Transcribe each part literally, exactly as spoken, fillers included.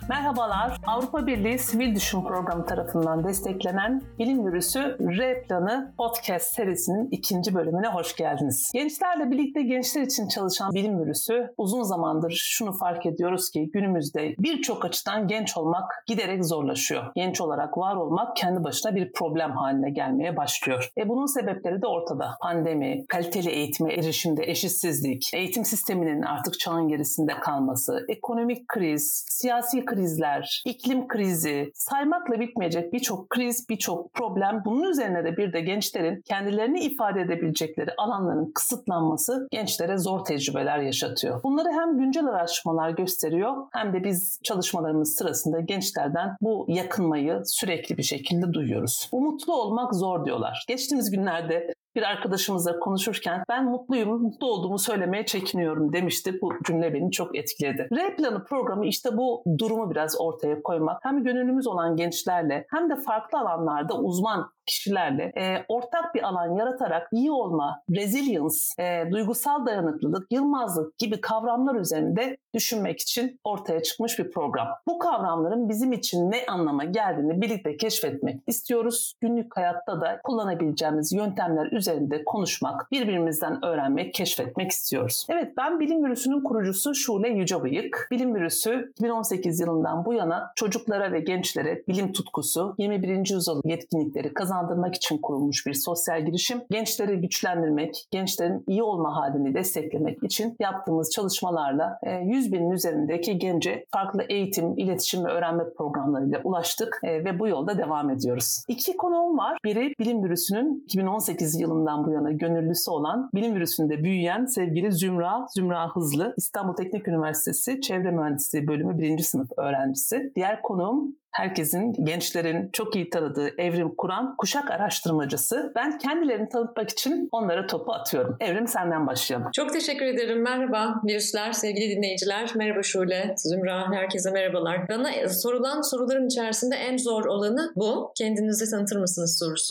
Merhabalar, Avrupa Birliği Sivil Düşün Programı tarafından desteklenen Bilim Virüsü R Planı Podcast serisinin ikinci bölümüne hoş geldiniz. Gençlerle birlikte gençler için çalışan Bilim Virüsü uzun zamandır şunu fark ediyoruz ki günümüzde birçok açıdan genç olmak giderek zorlaşıyor. Genç olarak var olmak kendi başına bir problem haline gelmeye başlıyor. E bunun sebepleri de ortada. Pandemi, kaliteli eğitime erişimde eşitsizlik, eğitim sisteminin artık çağın gerisinde kalması, ekonomik kriz, siyasi krizler, iklim krizi, saymakla bitmeyecek birçok kriz, birçok problem. Bunun üzerine de bir de gençlerin kendilerini ifade edebilecekleri alanların kısıtlanması gençlere zor tecrübeler yaşatıyor. Bunları hem güncel araştırmalar gösteriyor hem de biz çalışmalarımız sırasında gençlerden bu yakınmayı sürekli bir şekilde duyuyoruz. Umutlu olmak zor diyorlar. Geçtiğimiz günlerde bir arkadaşımızla konuşurken ben mutluyum, mutlu olduğumu söylemeye çekiniyorum demişti. Bu cümle beni çok etkiledi. R Planı programı işte bu durumu biraz ortaya koymak. Hem gönüllümüz olan gençlerle hem de farklı alanlarda uzman kişilerle e, ortak bir alan yaratarak iyi olma, resilience, e, duygusal dayanıklılık, yılmazlık gibi kavramlar üzerinde düşünmek için ortaya çıkmış bir program. Bu kavramların bizim için ne anlama geldiğini birlikte keşfetmek istiyoruz. Günlük hayatta da kullanabileceğimiz yöntemler üzerinde konuşmak, birbirimizden öğrenmek, keşfetmek istiyoruz. Evet, ben Bilim Virüsü'nün kurucusu Şule Yücebıyık. Bilim Virüsü iki bin on sekiz yılından bu yana çocuklara ve gençlere bilim tutkusu, yirmi birinci yüzyıl yetkinlikleri kazandırmak için kurulmuş bir sosyal girişim. Gençleri güçlendirmek, gençlerin iyi olma halini desteklemek için yaptığımız çalışmalarla yüz binin üzerindeki gence farklı eğitim, iletişim ve öğrenme programlarıyla ulaştık ve bu yolda devam ediyoruz. İki konuğum var. Biri Bilim Virüsü'nün iki bin on sekiz yılından bu yana gönüllüsü olan, Bilim Virüsü'nde büyüyen sevgili Zümra, Zümra Hızlı, İstanbul Teknik Üniversitesi Çevre Mühendisliği Bölümü birinci sınıf öğrencisi. Diğer konuğum herkesin, gençlerin çok iyi tanıdığı Evrim Kur'an, kuşak araştırmacısı. Ben kendilerini tanıtmak için onlara topu atıyorum. Evrim, senden başlayalım. Çok teşekkür ederim. Merhaba virüsler, sevgili dinleyiciler. Merhaba Şule, Zümra, herkese merhabalar. Bana sorulan soruların içerisinde en zor olanı bu. Kendinizi tanıtır mısınız sorusu.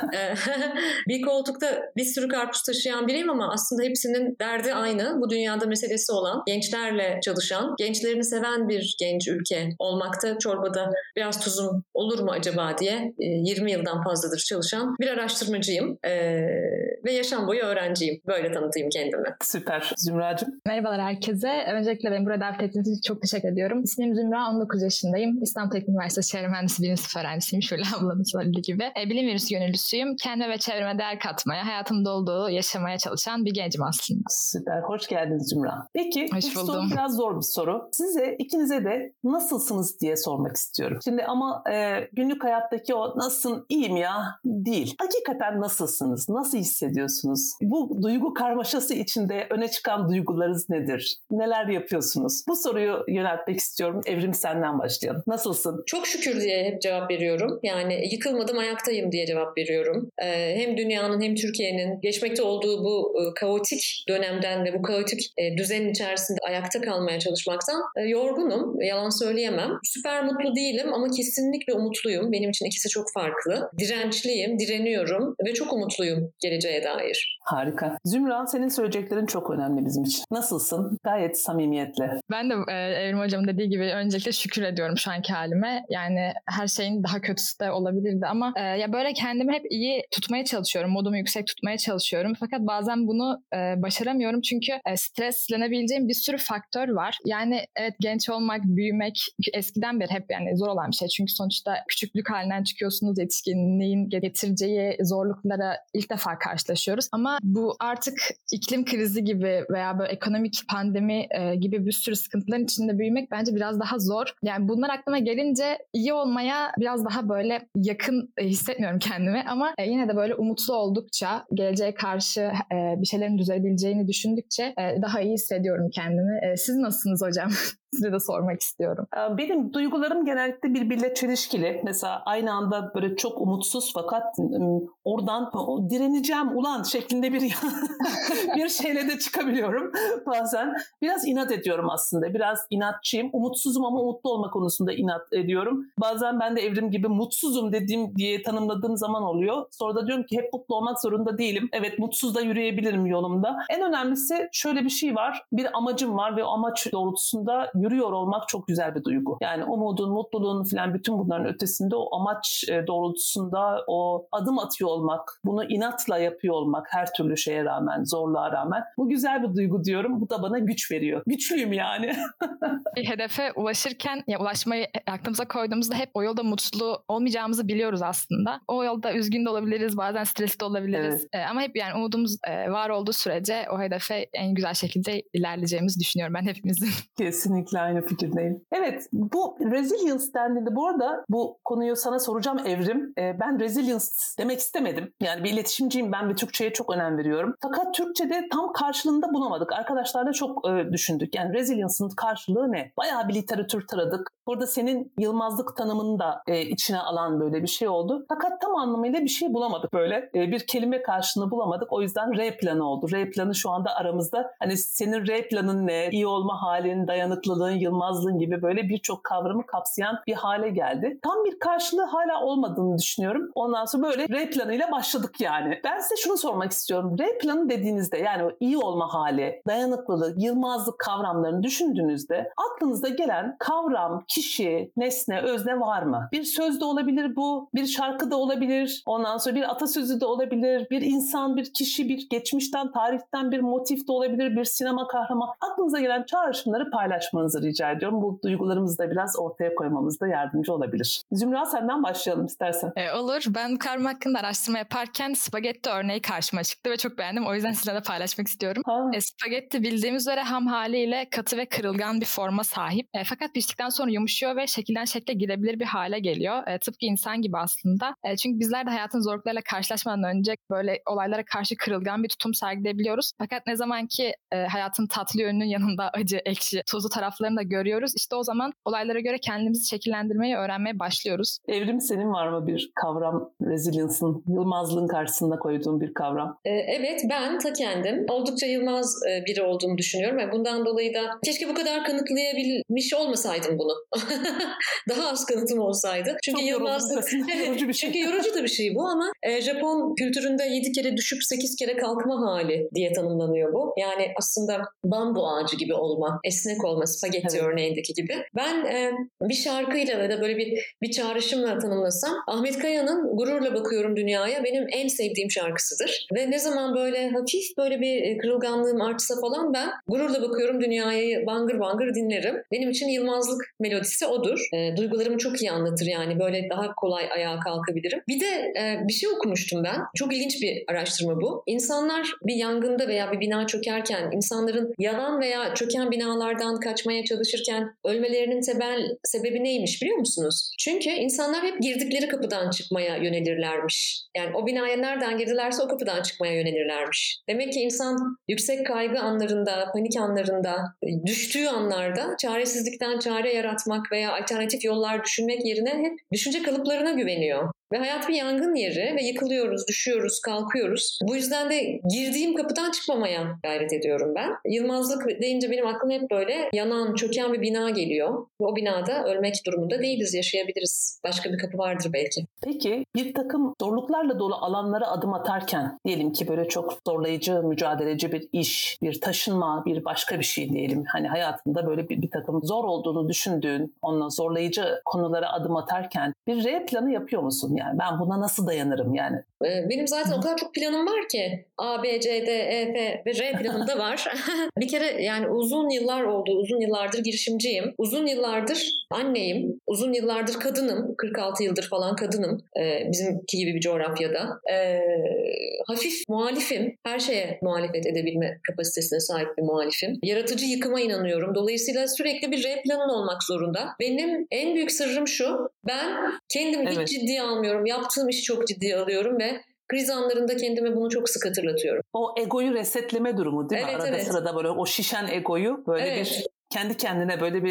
Bir koltukta bir sürü karpuz taşıyan biriyim ama aslında hepsinin derdi aynı. Bu dünyada meselesi olan, gençlerle çalışan, gençlerini seven bir genç ülke olmakta, çorbada biraz tuzum olur mu acaba diye yirmi yıldan fazladır çalışan bir araştırmacıyım ee, ve yaşam boyu öğrenciyim. Böyle tanıtayım kendimi. Süper. Zümracığım. Merhabalar herkese. Öncelikle beni buraya davet ettiğiniz için çok teşekkür ediyorum. İsmim Zümra, on dokuz yaşındayım. İstanbul Teknik Üniversitesi Çevre Mühendisliği birinci sınıf öğrencisiyim. Şöyle ablanın söylediği gibi. E, bilim virüsü gönüllüsüyüm. Kendime ve çevreme değer katmaya, hayatımda olduğu yaşamaya çalışan bir gencim aslında. Süper. Hoş geldiniz Zümra. Peki, Hoş bu buldum. soru biraz zor bir soru. Size, ikinize de nasılsınız diye sormak istiyorum. Şimdi ama e, günlük hayattaki o nasılsın, iyiyim ya değil. Hakikaten nasılsınız? Nasıl hissediyorsunuz? Bu duygu karmaşası içinde öne çıkan duygularınız nedir? Neler yapıyorsunuz? Bu soruyu yöneltmek istiyorum. Evrim, senden başlayalım. Nasılsın? Çok şükür diye hep cevap veriyorum. Yani yıkılmadım, ayaktayım diye cevap veriyorum. Ee, hem dünyanın hem Türkiye'nin geçmekte olduğu bu e, kaotik dönemden ve bu kaotik e, düzenin içerisinde ayakta kalmaya çalışmaktan e, yorgunum. Yalan söyleyemem. Süper mutlu değilim ama kesinlikle umutluyum. Benim için ikisi çok farklı. Dirençliyim, direniyorum ve çok umutluyum geleceğe dair. Harika. Zümra, senin söyleyeceklerin çok önemli bizim için. Nasılsın? Gayet samimiyetle. Ben de e, Evrim Hocam dediği gibi öncelikle şükür ediyorum şu anki halime. Yani her şeyin daha kötüsü de olabilirdi ama e, ya böyle kendimi hep iyi tutmaya çalışıyorum. Modumu yüksek tutmaya çalışıyorum. Fakat bazen bunu e, başaramıyorum çünkü e, streslenebileceğim bir sürü faktör var. Yani evet, genç olmak, büyümek eskiden beri hep yani zor olan bir şey. Çünkü sonuçta küçüklük halinden çıkıyorsunuz, yetişkinliğin getireceği zorluklara ilk defa karşılaşıyoruz. Ama bu artık iklim krizi gibi veya böyle ekonomik pandemi e, gibi bir sürü sıkıntıların içinde büyümek bence biraz daha zor. Yani bunlar aklıma gelince iyi olmaya biraz daha böyle yakın e, hissetmiyorum kendimi ama e, yine de böyle umutlu oldukça, geleceğe karşı e, bir şeylerin düzelebileceğini düşündükçe e, daha iyi hissediyorum kendimi. E, siz nasılsınız hocam? Size de sormak istiyorum. Benim duygularım genellikle birbiriyle çelişkili. Mesela aynı anda böyle çok umutsuz fakat oradan direneceğim ulan şeklinde bir bir şeyle de çıkabiliyorum bazen. Biraz inat ediyorum aslında. Biraz inatçıyım. Umutsuzum ama umutlu olma konusunda inat ediyorum. Bazen ben de Evrim gibi mutsuzum dediğim diye tanımladığım zaman oluyor. Sonra da diyorum ki hep mutlu olmak zorunda değilim. Evet, mutsuz da yürüyebilirim yolumda. En önemlisi şöyle bir şey var. Bir amacım var ve o amaç doğrultusunda yürüyor olmak çok güzel bir duygu. Yani umudun, mutluluğun falan bütün bunların ötesinde o amaç doğrultusunda o adım atıyor olmak, bunu inatla yapıyor olmak her türlü şeye rağmen, zorluğa rağmen. Bu güzel bir duygu diyorum. Bu da bana güç veriyor. Güçlüyüm yani. Bir hedefe ulaşırken, ya ulaşmayı aklımıza koyduğumuzda hep o yolda mutlu olmayacağımızı biliyoruz aslında. O yolda üzgün de olabiliriz, bazen stresli de olabiliriz. Evet. Ee, ama hep yani umudumuz e, var olduğu sürece o hedefe en güzel şekilde ilerleyeceğimizi düşünüyorum ben hepimizin. Kesinlikle aynı fikirdeyim. Evet, bu resilience dendiğinde bu arada bu konuyu sana soracağım Evrim. Ee, ben resilience demek istemedim. Yani bir iletişimciyim, ben bir Türkçe'ye çok önem veriyorum. Fakat Türkçe'de tam karşılığında bulamadık. Arkadaşlarla çok e, düşündük. Yani resilience'ın karşılığı ne? Bayağı bir literatür taradık. Burada senin yılmazlık tanımını da e, içine alan böyle bir şey oldu. Fakat tam anlamıyla bir şey bulamadık böyle. E, bir kelime karşılığını bulamadık. O yüzden R planı oldu. R planı şu anda aramızda. Hani senin R planın ne? İyi olma halin, dayanıklılığın, yılmazlığın gibi böyle birçok kavramı kapsayan bir hale geldi. Tam bir karşılığı hala olmadığını düşünüyorum. Ondan sonra böyle R planıyla başladık yani. Ben size şunu sormak istiyorum. R planı dediğinizde yani o iyi olma hali, dayanıklılık, yılmazlık kavramlarını düşündüğünüzde aklınızda gelen kavram, kişi, nesne, özne var mı? Bir söz de olabilir bu, bir şarkı da olabilir, ondan sonra bir atasözü de olabilir, bir insan, bir kişi, bir geçmişten, tarihten bir motif de olabilir, bir sinema kahramanı. Aklınıza gelen çağrışımları paylaşmanızı rica ediyorum. Bu duygularımızı da biraz ortaya koymamızda yardımcı olabilir. Zümra senden başlayalım istersen. E, olur. Ben karma hakkında araştırma yaparken spagetti örneği karşıma çıktı ve çok beğendim. O yüzden sizinle de paylaşmak istiyorum. E, spagetti bildiğimiz üzere ham haliyle katı ve kırılgan bir forma sahip. E, fakat piştikten sonra yumuşuyor ve şekilden şekle girebilir bir hale geliyor. E, tıpkı insan gibi aslında. E, çünkü bizler de hayatın zorluklarıyla karşılaşmadan önce böyle olaylara karşı kırılgan bir tutum sergileyebiliyoruz. Fakat ne zaman ki e, hayatın tatlı yönünün yanında acı, ekşi, tuzlu taraflarını da görüyoruz. İşte o zaman olaylara göre kendimizi şekillendirmeyi öğrenmeye başlıyoruz. Evrim, senin var mı bir kavram, resilience'ın, yılmazlığın karşısında koyduğun bir kavram? Ee, evet, ben ta kendim oldukça yılmaz biri olduğumu düşünüyorum ve bundan dolayı da keşke bu kadar kanıtlayabilmiş olmasaydım bunu. Daha az kanıtım olsaydı. Çünkü çok yılmazlık yorucu bir şey. Çünkü yorucu da bir şey bu ama e, Japon kültüründe yedi kere düşüp sekiz kere kalkma hali diye tanımlanıyor bu. Yani aslında bambu ağacı gibi olma, esnek olma, spagetti evet. örneğindeki gibi. Ben e, bir şarkıyla ya da böyle bir bir çağrışımla tanımlasam, Ahmet Kaya'nın Gururla Bakıyorum Dünyaya benim en sevdiğim şarkısıdır. Ve ne zaman böyle hafif böyle bir kırılganlığım artsa falan ben Gururla Bakıyorum Dünyaya'yı bangır bangır dinlerim. Benim için yılmazlık melodisi odur. E, duygularımı çok iyi anlatır yani böyle daha kolay ayağa kalkabilirim. Bir de e, bir şey okumuştum ben. Çok ilginç bir araştırma bu. İnsanlar bir yangında veya bir bina çökerken, insanların yanan veya çöken binalardan kaçmaya çalışırken ölmelerinin temel sebebi neymiş biliyor musunuz? Çünkü insanlar hep girdikleri kapıdan çıkmaya yönelirlermiş. Yani o binaya nereden girdilerse o kapıdan çıkmaya yönelirlermiş. Demek ki insan yüksek kaygı anlarında, panik anlarında, düştüğü anlarda çaresizlikten çare yaratmak veya alternatif yollar düşünmek yerine hep düşünce kalıplarına güveniyor. Ve hayat bir yangın yeri ve yıkılıyoruz, düşüyoruz, kalkıyoruz. Bu yüzden de girdiğim kapıdan çıkmamaya gayret ediyorum ben. Yılmazlık deyince benim aklıma hep böyle yanan, çöken bir bina geliyor. Ve o binada ölmek durumunda değiliz, yaşayabiliriz. Başka bir kapı vardır belki. Peki bir takım zorluklarla dolu alanlara adım atarken, diyelim ki böyle çok zorlayıcı, mücadeleci bir iş, bir taşınma, bir başka bir şey diyelim. Hani hayatında böyle bir, bir takım zor olduğunu düşündüğün, onunla zorlayıcı konulara adım atarken bir R planı yapıyor musun? Yani ben buna nasıl dayanırım yani? Benim zaten o kadar çok planım var ki. A, B, C, D, E, F ve R planım da var. Bir kere yani uzun yıllar oldu. Uzun yıllardır girişimciyim. Uzun yıllardır anneyim. Uzun yıllardır kadınım. kırk altı yıldır falan kadınım. Ee, bizimki gibi bir coğrafyada. Ee, hafif muhalifim. Her şeye muhalefet edebilme kapasitesine sahip bir muhalifim. Yaratıcı yıkıma inanıyorum. Dolayısıyla sürekli bir R planın olmak zorunda. Benim en büyük sırrım şu. Ben kendimi evet. hiç ciddiye almıyorum. Yaptığım işi çok ciddiye alıyorum ve kriz anlarında kendime bunu çok sık hatırlatıyorum. O egoyu resetleme durumu değil mi? Evet, Arada evet. sırada böyle o şişen egoyu böyle evet. bir kendi kendine böyle bir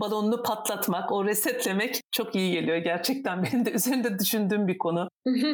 balonunu patlatmak, o resetlemek çok iyi geliyor gerçekten. Benim de üzerinde düşündüğüm bir konu.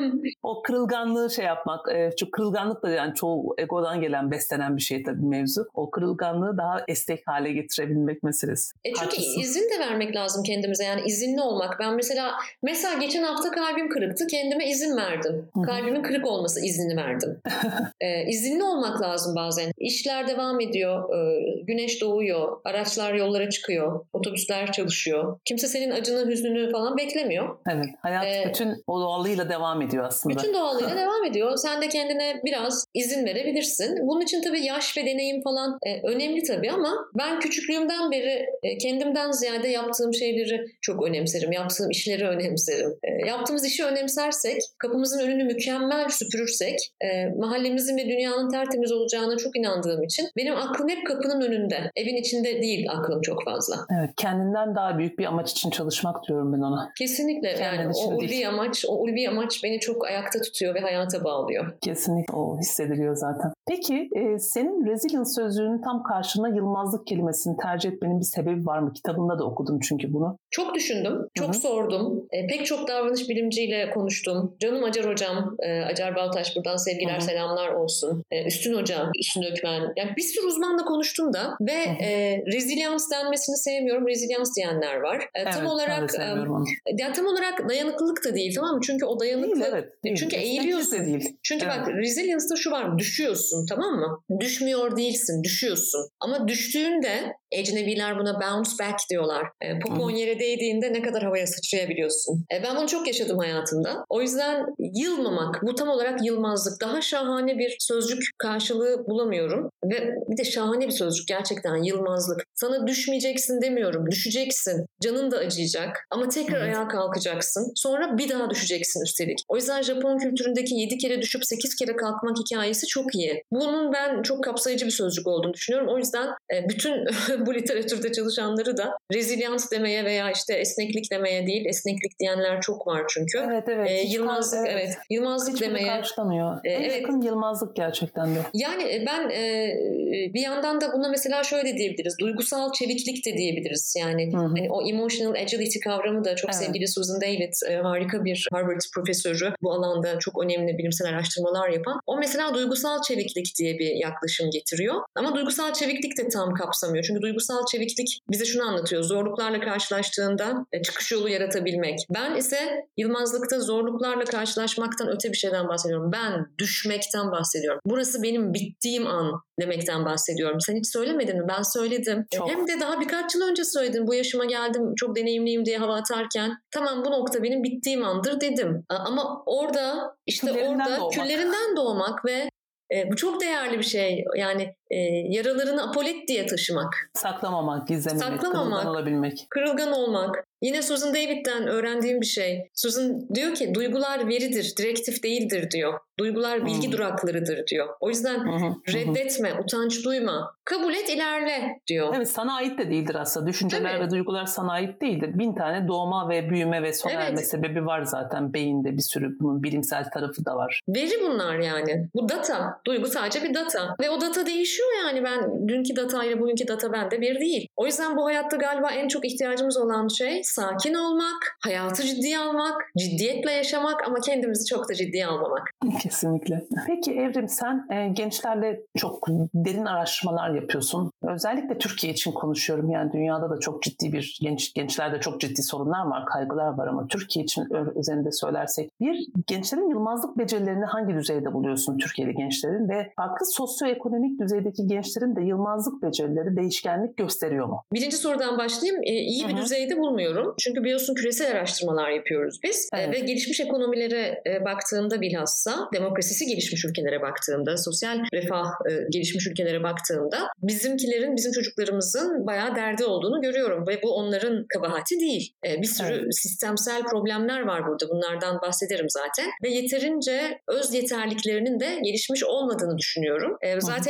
O kırılganlığı şey yapmak, çünkü kırılganlık da yani çoğu egodan gelen, beslenen bir şey tabii mevzu. O kırılganlığı daha esnek hale getirebilmek meselesi. E çünkü Haklısın. izin de vermek lazım kendimize, yani izinli olmak. Ben mesela mesela geçen hafta kalbim kırıktı, kendime izin verdim. Hı-hı. Kalbimin kırık olması iznini verdim. e, izinli olmak lazım bazen. İşler devam ediyor, e, güneş doğuyor, araçlar yollara çıkıyor, otobüsler çalışıyor. Kimse senin acını, hüznünü falan beklemiyor. Evet, hayat ee, bütün o doğallığıyla devam ediyor aslında. Bütün doğallığıyla devam ediyor. Sen de kendine biraz izin verebilirsin. Bunun için tabii yaş ve deneyim falan e, önemli tabii, ama ben küçüklüğümden beri e, kendimden ziyade yaptığım şeyleri çok önemserim. Yaptığım işleri önemserim. E, yaptığımız işi önemsersek, kapımızın önünü mükemmel süpürürsek, e, mahallemizin ve dünyanın tertemiz olacağına çok inandığım için benim aklım hep kapının önünde. Evin içinde değil aklım çok fazla. Evet, kendinden daha büyük bir amaç için çalışmak diyorum ben ona. Kesinlikle. Kendin yani o ulvi değil. amaç, o ulvi amaç beni çok ayakta tutuyor ve hayata bağlıyor. Kesinlikle, o hissediliyor zaten. Peki e, senin resilience sözcüğünün tam karşılığında yılmazlık kelimesini tercih etmenin bir sebebi var mı? Kitabında da okudum çünkü bunu. Çok düşündüm, çok Hı-hı. sordum. E, pek çok davranış bilimciyle konuştum. Canım Acar hocam, e, Acar Baltaş, buradan sevgiler, Hı-hı. selamlar olsun. E, Üstün hocam, Üstün Ökmen. Yani bir sürü uzmanla konuştum da ve e, resilience denmesini sevmiyorum. Resilience diyenler var. E, evet, tam olarak e, yani tam olarak dayanıklılık da değil, tamam mı? Çünkü o dayanıklık değil, evet, değil. Çünkü Esneklik eğiliyorsun. De değil. Çünkü evet. Bak, resilience'da şu var, düşüyorsun, tamam mı? Düşmüyor değilsin, düşüyorsun. Ama düştüğünde ecnebiler buna bounce back diyorlar. E, popon yere değdiğinde ne kadar havaya sıçrayabiliyorsun. E, ben bunu çok yaşadım hayatımda. O yüzden yılmamak, bu tam olarak yılmazlık. Daha şahane bir sözcük karşılığı bulamıyorum. Ve bir de şahane bir sözcük gerçekten, yılmazlık. Sana düşmeyeceksin demiyorum, düşeceksin. Canın da acıyacak ama tekrar evet. ayağa kalkacaksın. Sonra bir daha düşeceksin üstelik. O yüzden Japon kültüründeki yedi kere düşüp sekiz kere kalkmak hikayesi çok iyi. Bunun ben çok kapsayıcı bir sözcük olduğunu düşünüyorum. O yüzden bütün bu literatürde çalışanları da rezilyans demeye veya işte esneklik demeye değil, esneklik diyenler çok var çünkü. Evet evet. Ee, yılmazlık kar, evet. evet. Yılmazlık Hiçbiri demeye. karşılamıyor. E, en evet. yakın yılmazlık gerçekten de. Yani ben e, bir yandan da buna mesela şöyle diyebiliriz. Duygusal çeviklik de diyebiliriz. Yani hani o emotional agility kavramı da çok evet. sevgili Susan David, e, harika bir Harvard profesörü, bu alanda çok önemli bilimsel araştırmalar yapan. O mesela duygusal çeviklik diye bir yaklaşım getiriyor. Ama duygusal çeviklik de tam kapsamıyor. Çünkü duygusal çeviklik bize şunu anlatıyor. Zorluklarla karşılaştığında e, çıkış yolu yaratabilmek. Ben ise yılmazlıkta zorluklarla karşılaşmaktan öte bir şeyden bahsediyorum. Ben düşmekten bahsediyorum. Burası benim bittiğim an demekten bahsediyorum. Sen hiç söylemedin mi? Ben söyledim. Çok. Hem de daha birkaç yıl önce söyledim. Bu yaşıma geldim, çok deneyimliyim diye hava atarken. Tamam, bu nokta benim bittiğim andır dedim. Ama orada işte küllerinden orada doğmak. küllerinden doğmak ve e, bu çok değerli bir şey. Yani e, yaralarını apolet diye taşımak. Saklamamak, gizlememek, Saklamamak, kırılgan olabilmek. Kırılgan olmak. Yine Susan David'den öğrendiğim bir şey. Susan diyor ki duygular veridir, direktif değildir diyor. Duygular bilgi hmm. duraklarıdır diyor. O yüzden hmm. reddetme, utanç duyma. Kabul et, ilerle diyor. Evet, sana ait de değildir aslında. Düşünceler Tabii. ve duygular sana ait değildir. Bin tane doğma ve büyüme ve sona evet. erme sebebi var zaten beyinde, bir sürü bunun bilimsel tarafı da var. Veri bunlar yani. Bu data. Duygu sadece bir data. Ve o data değişiyor yani. Ben dünkü data ile bugünkü data bende bir değil. O yüzden bu hayatta galiba en çok ihtiyacımız olan şey sakin olmak, hayatı ciddiye almak, ciddiyetle yaşamak ama kendimizi çok da ciddiye almamak. Kesinlikle. Peki Evrim, sen e, gençlerle çok derin araştırmalar yapıyorsun. Özellikle Türkiye için konuşuyorum. Yani dünyada da çok ciddi bir, genç gençlerde çok ciddi sorunlar var, kaygılar var ama Türkiye için üzerinde söylersek, bir gençlerin yılmazlık becerilerini hangi düzeyde buluyorsun Türkiye'li gençlerin ve farklı sosyoekonomik düzeydeki gençlerin de yılmazlık becerileri değişkenlik gösteriyor mu? Birinci sorudan başlayayım. E, iyi bir Hı-hı. düzeyde bulmuyorum. Çünkü biliyorsun küresel araştırmalar yapıyoruz biz. Evet. E, ve gelişmiş ekonomilere e, baktığımda bilhassa, demokrasisi gelişmiş ülkelere baktığımda, sosyal refah e, gelişmiş ülkelere baktığımda bizimkilerin, bizim çocuklarımızın bayağı derdi olduğunu görüyorum. Ve bu onların kabahati değil. E, bir sürü evet. sistemsel problemler var burada. Bunlardan bahsederim zaten. Ve yeterince öz yeterliklerinin de gelişmiş olmadığını düşünüyorum. E, zaten Hı-hı. yılmazlık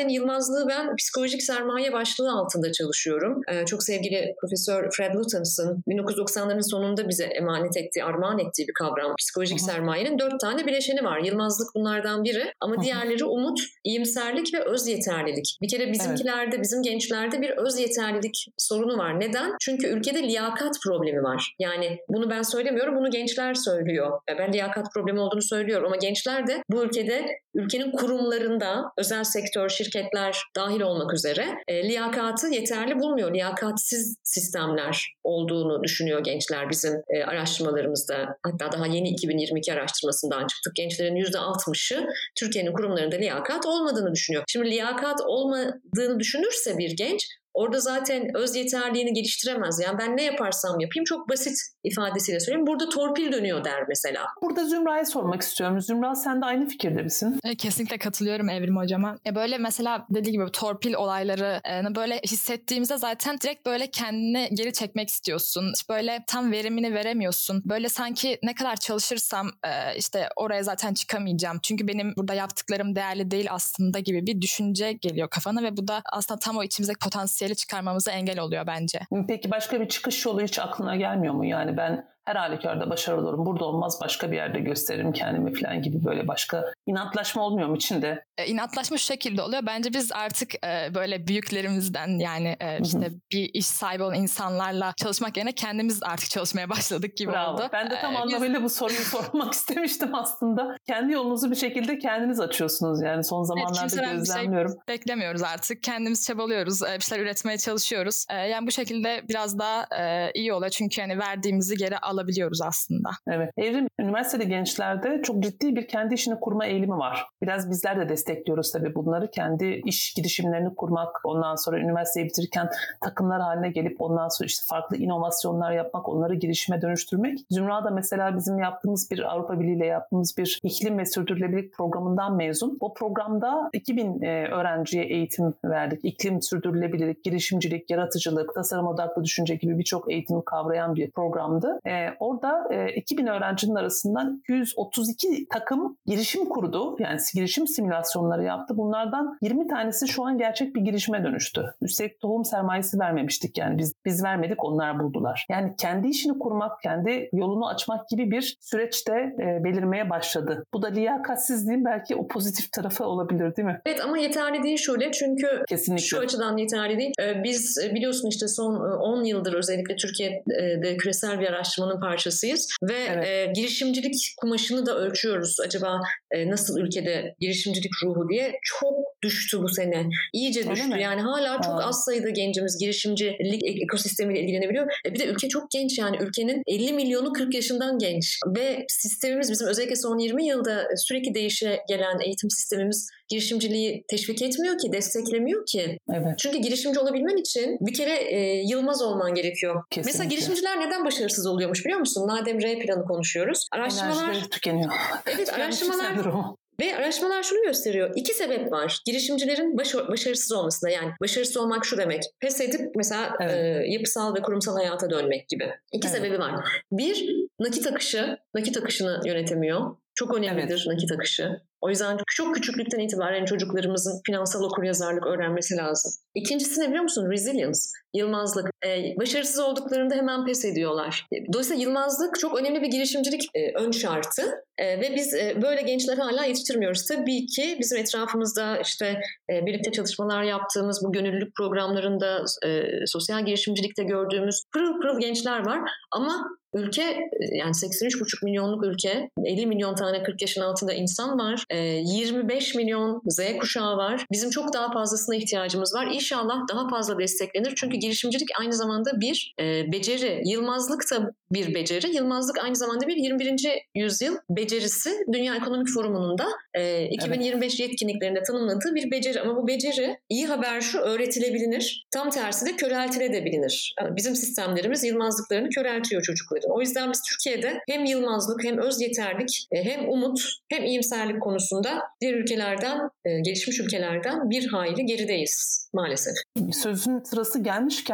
Yılmazlığı ben psikolojik sermaye başlığı altında çalışıyorum. Ee, çok sevgili Profesör Fred Lutens'ın bin dokuz yüz doksanların sonunda bize emanet ettiği, armağan ettiği bir kavram. Psikolojik Hı-hı. sermayenin dört tane bileşeni var. Yılmazlık bunlardan biri ama Hı-hı. diğerleri umut, iyimserlik ve öz yeterlilik. Bir kere bizimkilerde, evet. bizim gençlerde bir öz yeterlilik sorunu var. Neden? Çünkü ülkede liyakat problemi var. Yani bunu ben söylemiyorum, bunu gençler söylüyor. Ben liyakat problemi olduğunu söylüyorum ama gençler de bu ülkede, ülkenin kurumlarında, özel sektör, şirketler dahil olmak üzere e, liyakatı yeterli bulmuyor. Liyakatsiz sistemler olduğunu düşünüyor gençler bizim e, araştırmalarımızda. Hatta daha yeni iki bin yirmi iki araştırmasından çıktık. Gençlerin yüzde altmışı Türkiye'nin kurumlarında liyakat olmadığını düşünüyor. Şimdi liyakat olmadığını düşünürse bir genç, orada zaten öz yeterliğini geliştiremez. Yani ben ne yaparsam yapayım, çok basit ifadesiyle söyleyeyim, burada torpil dönüyor der mesela. Burada Zümra'ya sormak istiyorum. Zümra, sen de aynı fikirde misin? Kesinlikle katılıyorum Evrim Hocama. E böyle mesela dediği gibi torpil olayları e, böyle hissettiğimizde zaten direkt böyle kendini geri çekmek istiyorsun. İşte böyle tam verimini veremiyorsun. Böyle sanki ne kadar çalışırsam e, işte oraya zaten çıkamayacağım. Çünkü benim burada yaptıklarım değerli değil aslında gibi bir düşünce geliyor kafana ve bu da aslında tam o içimizdeki potansiyeli çıkarmamıza engel oluyor bence. Peki başka bir çıkış yolu hiç aklına gelmiyor mu? Yani ben her halükarda başarılı olurum, burada olmaz başka bir yerde gösteririm kendimi falan gibi böyle başka inatlaşma olmuyor mu içinde? E, inatlaşma şu şekilde oluyor. Bence biz artık e, böyle büyüklerimizden yani e, işte Hı-hı. bir iş sahibi olan insanlarla çalışmak yerine kendimiz artık çalışmaya başladık gibi Bravo. oldu. Ben de tam e, anlamıyla biz... bu soruyu sormak istemiştim aslında. Kendi yolunuzu bir şekilde kendiniz açıyorsunuz yani son zamanlarda evet, gözlemliyorum. Bir şey beklemiyoruz artık. Kendimiz çabalıyoruz. Bir şeyler üretmeye çalışıyoruz. E, yani bu şekilde biraz daha e, iyi oluyor. Çünkü yani verdiğimizi geri alabiliyoruz aslında. Evet. Evrim, üniversitede gençlerde çok ciddi bir kendi işini kurma eğilimi var. Biraz bizler de destekliyoruz tabii bunları. Kendi iş girişimlerini kurmak, ondan sonra üniversiteyi bitirirken takımlar haline gelip ondan sonra işte farklı inovasyonlar yapmak, onları girişime dönüştürmek. Zümra da mesela bizim yaptığımız bir Avrupa Birliği ile yaptığımız bir iklim ve sürdürülebilirlik programından mezun. O programda iki bin e, öğrenciye eğitim verdik. İklim, sürdürülebilirlik, girişimcilik, yaratıcılık, tasarım odaklı düşünce gibi birçok eğitimi kavrayan bir programdı. E, orada e, iki bin öğrencinin arasından yüz otuz iki takım girişim kurdu. Yani girişim simülasyonları yaptı. Bunlardan yirmi tanesi şu an gerçek bir girişime dönüştü. Üstelik tohum sermayesi vermemiştik yani. Biz biz vermedik, onlar buldular. Yani kendi işini kurmak, kendi yolunu açmak gibi bir süreçte e, belirmeye başladı. Bu da liyakatsizliğin belki o pozitif tarafı olabilir değil mi? Evet ama yeterli değil şöyle çünkü Kesinlikle. Şu açıdan yeterli değil. Ee, biz biliyorsun işte son on yıldır özellikle Türkiye'de küresel bir araştırmanın parçasıyız ve evet. e, girişimcilik kumaşını da ölçüyoruz. Acaba e, nasıl ülkede girişimcilik ruhu diye çok düştü bu sene. İyice Öyle düştü. Mi? Yani hala çok Aa. az sayıda gencimiz girişimcilik ekosistemiyle ilgilenebiliyor. E, bir de ülke çok genç, yani ülkenin elli milyonu kırk yaşından genç ve sistemimiz bizim özellikle son yirmi yılda sürekli değişe gelen eğitim sistemimiz girişimciliği teşvik etmiyor ki, desteklemiyor ki. Evet. Çünkü girişimci olabilmen için bir kere e, yılmaz olman gerekiyor. Kesinlikle. Mesela girişimciler neden başarısız oluyormuş biliyor musun? Madem R planı konuşuyoruz. Araştırmalar... Enerjileri tükeniyor. Evet, araştırmalar... Ve araştırmalar şunu gösteriyor. İki sebep var girişimcilerin baş, başarısız olmasında. Yani başarısız olmak şu demek. Pes edip mesela evet. e, yapısal ve kurumsal hayata dönmek gibi. İki evet. sebebi var. Bir, nakit akışı. Nakit akışını yönetemiyor. Çok önemlidir evet. nakit akışı. O yüzden çok küçüklükten itibaren çocuklarımızın finansal okuryazarlık öğrenmesi lazım. İkincisi ne biliyor musun? Resilience, yılmazlık. Ee, başarısız olduklarında hemen pes ediyorlar. Dolayısıyla yılmazlık çok önemli bir girişimcilik e, ön şartı. E, ve biz e, böyle gençleri hala yetiştirmiyoruz. Tabii ki bizim etrafımızda işte e, birlikte çalışmalar yaptığımız bu gönüllülük programlarında e, sosyal girişimcilikte gördüğümüz pırıl pırıl gençler var. Ama ülke yani seksen üç buçuk milyonluk ülke, elli milyon tane kırk yaşın altında insan var, yirmi beş milyon Z kuşağı var. Bizim çok daha fazlasına ihtiyacımız var. İnşallah daha fazla desteklenir. Çünkü girişimcilik aynı zamanda bir e, beceri. Yılmazlık da bir beceri. Yılmazlık aynı zamanda bir yirmi birinci yüzyıl becerisi. Dünya Ekonomik Forumu'nun da e, iki bin yirmi beş evet. yetkinliklerinde tanımladığı bir beceri. Ama bu beceri, iyi haber şu, öğretilebilir. Tam tersi de köreltilebilir. Yani bizim sistemlerimiz yılmazlıklarını köreltiyor çocukların. O yüzden biz Türkiye'de hem yılmazlık, hem öz yeterlik, hem umut, hem iyimserlik konusunda diğer ülkelerden, gelişmiş ülkelerden bir hayli gerideyiz maalesef. Sözün sırası gelmişken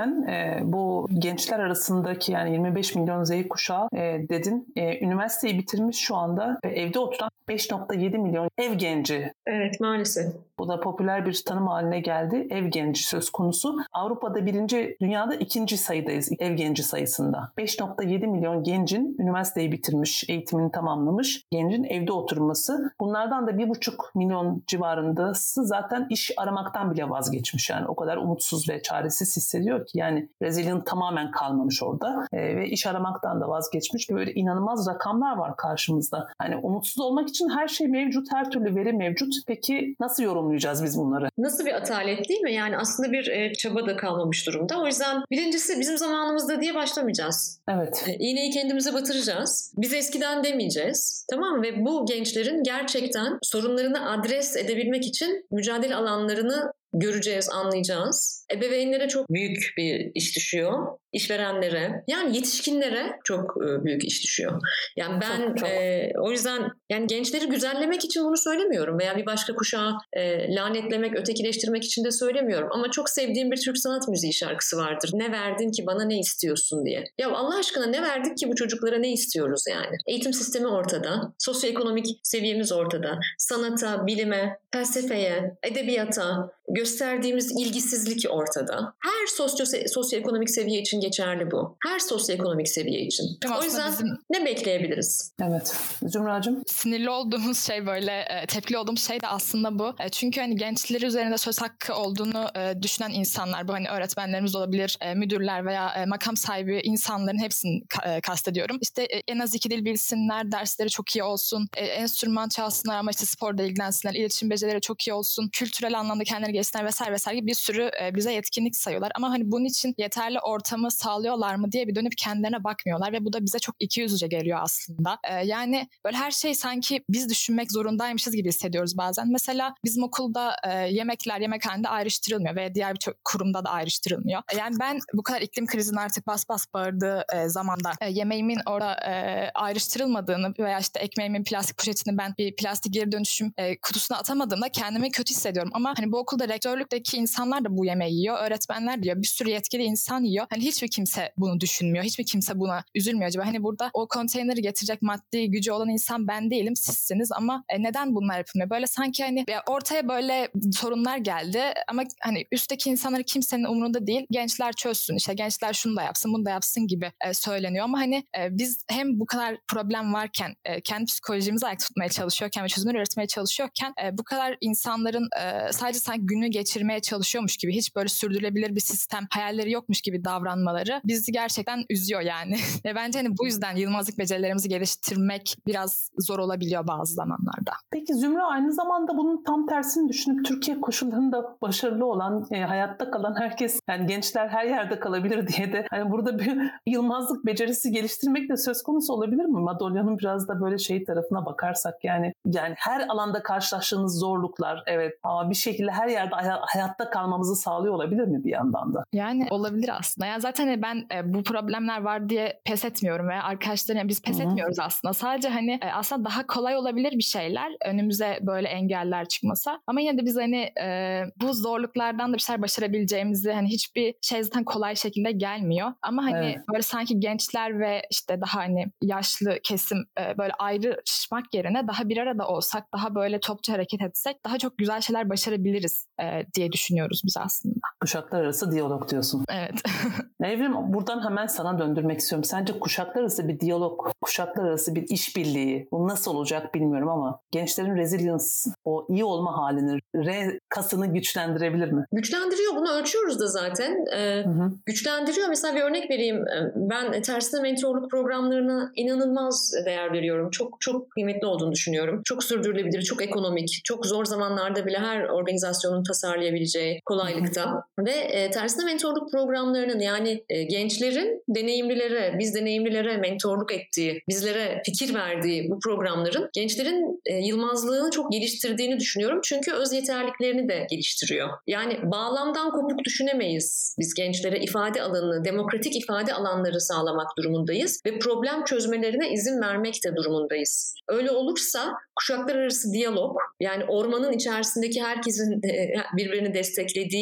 e, bu gençler arasındaki yani yirmi beş milyon Z kuşağı e, dedin. E, üniversiteyi bitirmiş şu anda e, evde oturan beş nokta yedi milyon ev genci. Evet, maalesef. Bu da popüler bir tanım haline geldi. Ev genci söz konusu. Avrupa'da birinci, dünyada ikinci sayıdayız ev genci sayısında. beş nokta yedi milyon gencin üniversiteyi bitirmiş, eğitimini tamamlamış gencin evde oturması. Bunlardan da bir buçuk milyon civarındası zaten iş aramaktan bile vazgeçmiş. Yani o kadar umutsuz ve çaresiz hissediyor ki yani resilient tamamen kalmamış orada e, ve iş aramaktan da vazgeçmiş. Böyle inanılmaz rakamlar var karşımızda. Yani umutsuz olmak için her şey mevcut, her türlü veri mevcut. Peki nasıl yorumlayacağız biz bunları? Nasıl bir atalet değil mi? Yani aslında bir e, çaba da kalmamış durumda. O yüzden birincisi bizim zamanımızda diye başlamayacağız. Evet. E, iğneyi kendimize batıracağız. Biz eskiden demeyeceğiz. Tamam mı? Ve bu gençlerin gerçekten sorunlarını adres edebilmek için mücadele alanlarını göreceğiz, anlayacağız. Ebeveynlere çok büyük bir iş düşüyor. İşverenlere, yani yetişkinlere çok büyük iş düşüyor. Yani ben çok, çok. E, o yüzden yani gençleri güzellemek için bunu söylemiyorum veya bir başka kuşağı e, lanetlemek, ötekileştirmek için de söylemiyorum. Ama çok sevdiğim bir Türk sanat müziği şarkısı vardır. Ne verdin ki bana ne istiyorsun diye. Ya Allah aşkına ne verdik ki bu çocuklara ne istiyoruz yani? Eğitim sistemi ortada, sosyoekonomik seviyemiz ortada. Sanata, bilime, felsefeye, edebiyata gösterdiğimiz ilgisizlik ortada. Her sosyo sosyoekonomik seviye için geçerli bu. Her sosyoekonomik seviye için. Değil o yüzden bizim... ne bekleyebiliriz? Evet. Zümracığım? Sinirli olduğumuz şey böyle, tepkili olduğumuz şey de aslında bu. Çünkü hani gençleri üzerinde söz hakkı olduğunu düşünen insanlar, bu hani öğretmenlerimiz olabilir, müdürler veya makam sahibi insanların hepsini kastediyorum. İşte en az iki dil bilsinler, dersleri çok iyi olsun, enstrüman çalsınlar ama işte sporda ilgilensinler, iletişim becerileri çok iyi olsun, kültürel anlamda kendileri gelsinler vesaire vesaire gibi bir sürü bize yetkinlik sayıyorlar. Ama hani bunun için yeterli ortamı sağlıyorlar mı diye bir dönüp kendilerine bakmıyorlar ve bu da bize çok ikiyüzlüce geliyor aslında. Ee, yani böyle her şey sanki biz düşünmek zorundaymışız gibi hissediyoruz bazen. Mesela bizim okulda e, yemekler yemekhanede ayrıştırılmıyor ve diğer bir kurumda da ayrıştırılmıyor. Yani ben bu kadar iklim krizinin artık bas bas bağırdığı e, zamanda e, yemeğimin orada e, ayrıştırılmadığını veya işte ekmeğimin plastik poşetini ben bir plastik geri dönüşüm e, kutusuna atamadığımda kendimi kötü hissediyorum. Ama hani bu okulda rektörlükteki insanlar da bu yemeği yiyor, öğretmenler diyor, bir sürü yetkili insan yiyor. Hani hiçbir kimse bunu düşünmüyor, hiçbir kimse buna üzülmüyor acaba. Hani burada o konteyneri getirecek maddi gücü olan insan ben değilim, sizsiniz ama e, neden bunlar yapılmıyor? Böyle sanki hani ortaya böyle sorunlar geldi ama hani üstteki insanları kimsenin umurunda değil. Gençler çözsün, işte gençler şunu da yapsın, bunu da yapsın gibi e, söyleniyor ama hani e, biz hem bu kadar problem varken, e, kendi psikolojimizi ayakta tutmaya çalışıyorken ve çözümler üretmeye çalışıyorken e, bu kadar insanların e, sadece sanki günü geçirmeye çalışıyormuş gibi, hiç böyle sürdürülebilir bir sistem, hayalleri yokmuş gibi davranmaları bizi gerçekten üzüyor yani. Ve bence hani bu yüzden yılmazlık becerilerimizi geliştirmek biraz zor olabiliyor bazı zamanlarda. Peki Zümra, aynı zamanda bunun tam tersini düşünüp Türkiye koşullarında başarılı olan, e, hayatta kalan herkes, yani gençler her yerde kalabilir diye de hani burada bir yılmazlık becerisi geliştirmek de söz konusu olabilir mi? Madalyonun biraz da böyle şey tarafına bakarsak yani yani her alanda karşılaştığımız zorluklar, evet, ama bir şekilde her yerde hayatta kalmamızı sağlıyor olabilir mi bir yandan da? Yani olabilir aslında. Yani zaten ben e, bu problemler var diye pes etmiyorum ve arkadaşlarım, yani biz pes Hı-hı. etmiyoruz aslında. Sadece hani e, aslında daha kolay olabilir bir şeyler, önümüze böyle engeller çıkmasa. Ama yine de biz hani e, bu zorluklardan da bir şeyler başarabileceğimizi, hani hiçbir şey zaten kolay şekilde gelmiyor. Ama hani evet. böyle sanki gençler ve işte daha hani yaşlı kesim e, böyle ayrışmak yerine daha bir arada olsak, daha böyle topçu hareket etsek daha çok güzel şeyler başarabiliriz e, diye düşünüyoruz biz aslında. Kuşaklar arası diyalog diyorsun. Evet. Evrim, buradan hemen sana döndürmek istiyorum. Sence kuşaklar arası bir diyalog, kuşaklar arası bir işbirliği, bu nasıl olacak bilmiyorum ama gençlerin resilience, o iyi olma halini, re kasını güçlendirebilir mi? Güçlendiriyor. Bunu ölçüyoruz da zaten. Ee, hı hı. Güçlendiriyor. Mesela bir örnek vereyim. Ben tersine mentorluk programlarına inanılmaz değer veriyorum. Çok çok kıymetli olduğunu düşünüyorum. Çok sürdürülebilir, çok ekonomik, çok zor zamanlarda bile her organizasyonun tasarlayabileceği kolaylıkta. Hı hı. Ve e, tersine mentorluk programlarının, yani e, gençlerin deneyimlilere, biz deneyimlilere mentorluk ettiği, bizlere fikir verdiği bu programların gençlerin e, yılmazlığını çok geliştirdiğini düşünüyorum. Çünkü öz yeterliklerini de geliştiriyor. Yani bağlamdan kopuk düşünemeyiz. Biz gençlere ifade alanını, demokratik ifade alanları sağlamak durumundayız ve problem çözmelerine izin vermek de durumundayız. Öyle olursa kuşaklar arası diyalog, yani ormanın içerisindeki herkesin birbirini desteklediği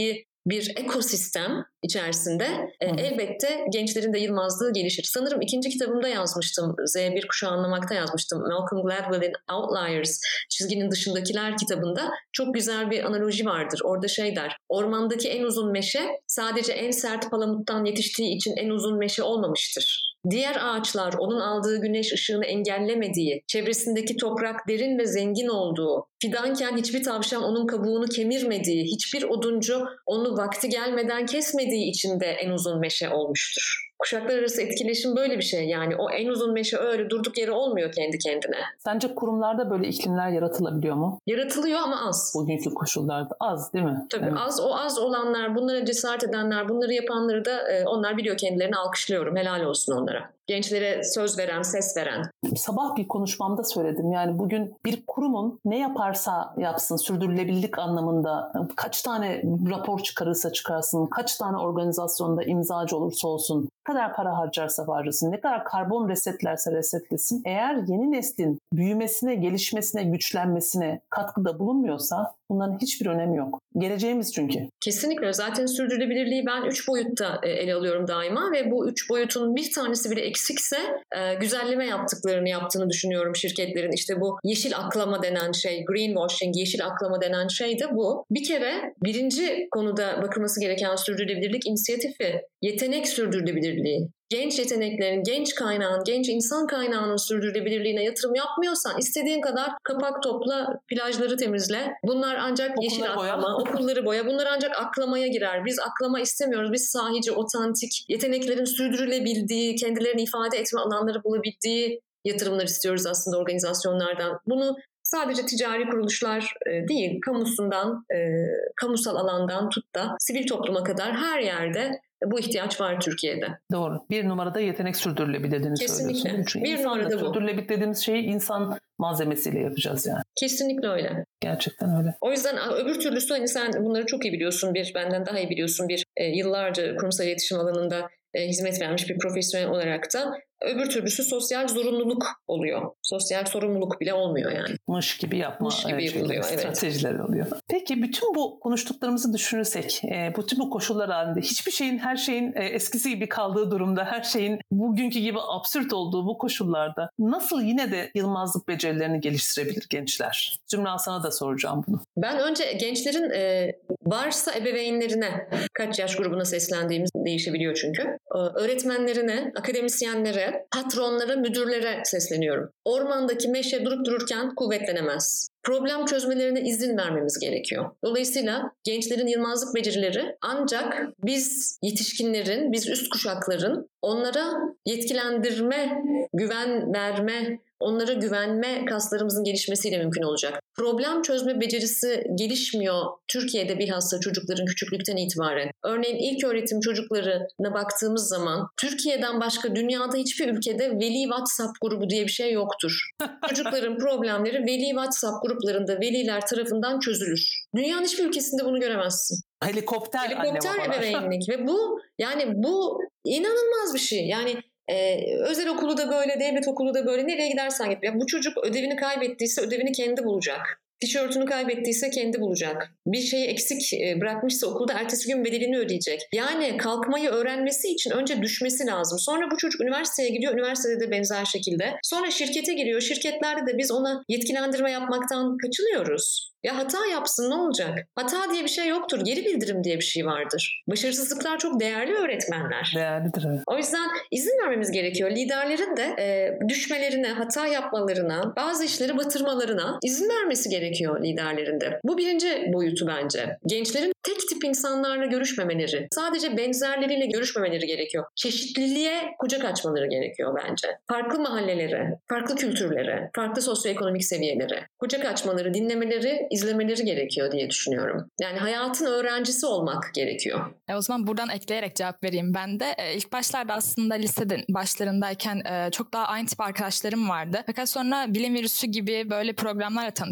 bir ekosistem içerisinde e, elbette gençlerin de yılmazlığı gelişir. Sanırım ikinci kitabımda yazmıştım. Z bir kuşağı anlamakta yazmıştım. Malcolm Gladwell'in Outliers, çizginin dışındakiler kitabında çok güzel bir analoji vardır. Orada şey der, ormandaki en uzun meşe sadece en sert palamuttan yetiştiği için en uzun meşe olmamıştır. Diğer ağaçlar onun aldığı güneş ışığını engellemediği, çevresindeki toprak derin ve zengin olduğu, fidanken hiçbir tavşan onun kabuğunu kemirmediği, hiçbir oduncu onu vakti gelmeden kesmediği için de en uzun meşe olmuştur. Kuşaklar arası etkileşim böyle bir şey. Yani o en uzun meşe öyle durduk yere olmuyor kendi kendine. Sence kurumlarda böyle iklimler yaratılabiliyor mu? Yaratılıyor ama az. Bugünkü koşullarda az değil mi? Tabii evet. az. O az olanlar, bunlara cesaret edenler, bunları yapanları da e, onlar biliyor kendilerini, alkışlıyorum. Helal olsun onlara. Gençlere söz veren, ses veren. Sabah bir konuşmamda söyledim. Yani bugün bir kurumun ne yaparsa yapsın sürdürülebilirlik anlamında kaç tane rapor çıkarırsa çıkarsın, kaç tane organizasyonda imzacı olursa olsun, ne kadar para harcarsa harcasın, ne kadar karbon resetlerse resetlesin. Eğer yeni neslin büyümesine, gelişmesine, güçlenmesine katkıda bulunmuyorsa bunların hiçbir önemi yok. Geleceğimiz çünkü. Kesinlikle. Zaten sürdürülebilirliği ben üç boyutta ele alıyorum daima ve bu üç boyutun bir tanesi bile eksikse e, güzelleme yaptıklarını yaptığını düşünüyorum şirketlerin. İşte bu yeşil aklama denen şey, greenwashing, yeşil aklama denen şey de bu. Bir kere birinci konuda bakılması gereken sürdürülebilirlik inisiyatifi, yetenek sürdürülebilirliği. Genç yeteneklerin, genç kaynağın, genç insan kaynağının sürdürülebilirliğine yatırım yapmıyorsan istediğin kadar kapak topla, plajları temizle. Bunlar ancak Okulları yeşil boya. aklama, okulları boya. Bunlar ancak aklamaya girer. Biz aklama istemiyoruz. Biz sahici, otantik, yeteneklerin sürdürülebildiği, kendilerini ifade etme alanları bulabildiği yatırımlar istiyoruz aslında organizasyonlardan. Bunu sadece ticari kuruluşlar e, değil, kamusundan, e, kamusal alandan tut da sivil topluma kadar her yerde bu ihtiyaç var Türkiye'de. Doğru. Bir numarada yetenek sürdürülebilirliğini Kesinlikle. söylüyorsun. Çünkü Bir numarada bu. Sürdürülebilir dediğimiz şeyi insan malzemesiyle yapacağız yani. Kesinlikle öyle. Gerçekten öyle. O yüzden öbür türlüsü hani sen bunları çok iyi biliyorsun. Bir benden daha iyi biliyorsun. Bir e, yıllarca kurumsal iletişim alanında e, hizmet vermiş bir profesyonel olarak da öbür türlüsü sosyal zorunluluk oluyor. Sosyal sorumluluk bile olmuyor yani. Mış gibi yapma Mış gibi şeyleri, yapılıyor, evet. stratejiler oluyor. Peki bütün bu konuştuklarımızı düşünürsek, e, bütün bu koşullar halinde hiçbir şeyin, her şeyin e, eskisi gibi kaldığı durumda, her şeyin bugünkü gibi absürt olduğu bu koşullarda nasıl yine de yılmazlık becerilerini geliştirebilir gençler? Zümra, sana da soracağım bunu. Ben önce gençlerin e, varsa ebeveynlerine, kaç yaş grubuna seslendiğimiz değişebiliyor çünkü. E, öğretmenlerine, akademisyenlere, patronlara, müdürlere sesleniyorum. Ormandaki meşe durup dururken kuvvetlenemez. Problem çözmelerine izin vermemiz gerekiyor. Dolayısıyla gençlerin yılmazlık becerileri ancak biz yetişkinlerin, biz üst kuşakların onlara yetkilendirme, güven verme, onlara güvenme kaslarımızın gelişmesiyle mümkün olacak. Problem çözme becerisi gelişmiyor Türkiye'de bilhassa çocukların küçüklükten itibaren. Örneğin ilk öğretim çocuklarına baktığımız zaman Türkiye'den başka dünyada hiçbir ülkede veli WhatsApp grubu diye bir şey yoktur. Çocukların problemleri veli WhatsApp gruplarında veliler tarafından çözülür. Dünyanın hiçbir ülkesinde bunu göremezsin. Helikopter, Helikopter ebeveynlik ve bu yani bu inanılmaz bir şey. Yani Ee, özel okulu da böyle, devlet okulu da böyle, nereye gidersen git. Ya bu çocuk ödevini kaybettiyse ödevini kendi bulacak. Tişörtünü kaybettiyse kendi bulacak. Bir şeyi eksik bırakmışsa okulda ertesi gün bedelini ödeyecek. Yani kalkmayı öğrenmesi için önce düşmesi lazım. Sonra bu çocuk üniversiteye gidiyor. Üniversitede de benzer şekilde. Sonra şirkete giriyor. Şirketlerde de biz ona yetkilendirme yapmaktan kaçınıyoruz. Ya hata yapsın ne olacak? Hata diye bir şey yoktur. Geri bildirim diye bir şey vardır. Başarısızlıklar çok değerli öğretmenler. Değerlidir, evet. O yüzden izin vermemiz gerekiyor. Liderlerin de e, düşmelerine, hata yapmalarına, bazı işleri batırmalarına izin vermesi gerekiyor liderlerin de. Bu birinci boyutu bence. Gençlerin tek tip insanlarla görüşmemeleri, sadece benzerleriyle görüşmemeleri gerekiyor. Çeşitliliğe kucak açmaları gerekiyor bence. Farklı mahallelere, farklı kültürlere, farklı sosyoekonomik seviyelere kucak açmaları, dinlemeleri, izlemeleri gerekiyor diye düşünüyorum. Yani hayatın öğrencisi olmak gerekiyor. E o zaman buradan ekleyerek cevap vereyim ben de. E, ilk başlarda aslında lisenin başlarındayken e, çok daha aynı tip arkadaşlarım vardı. Fakat sonra bilim virüsü gibi böyle programlarla tanıştım ve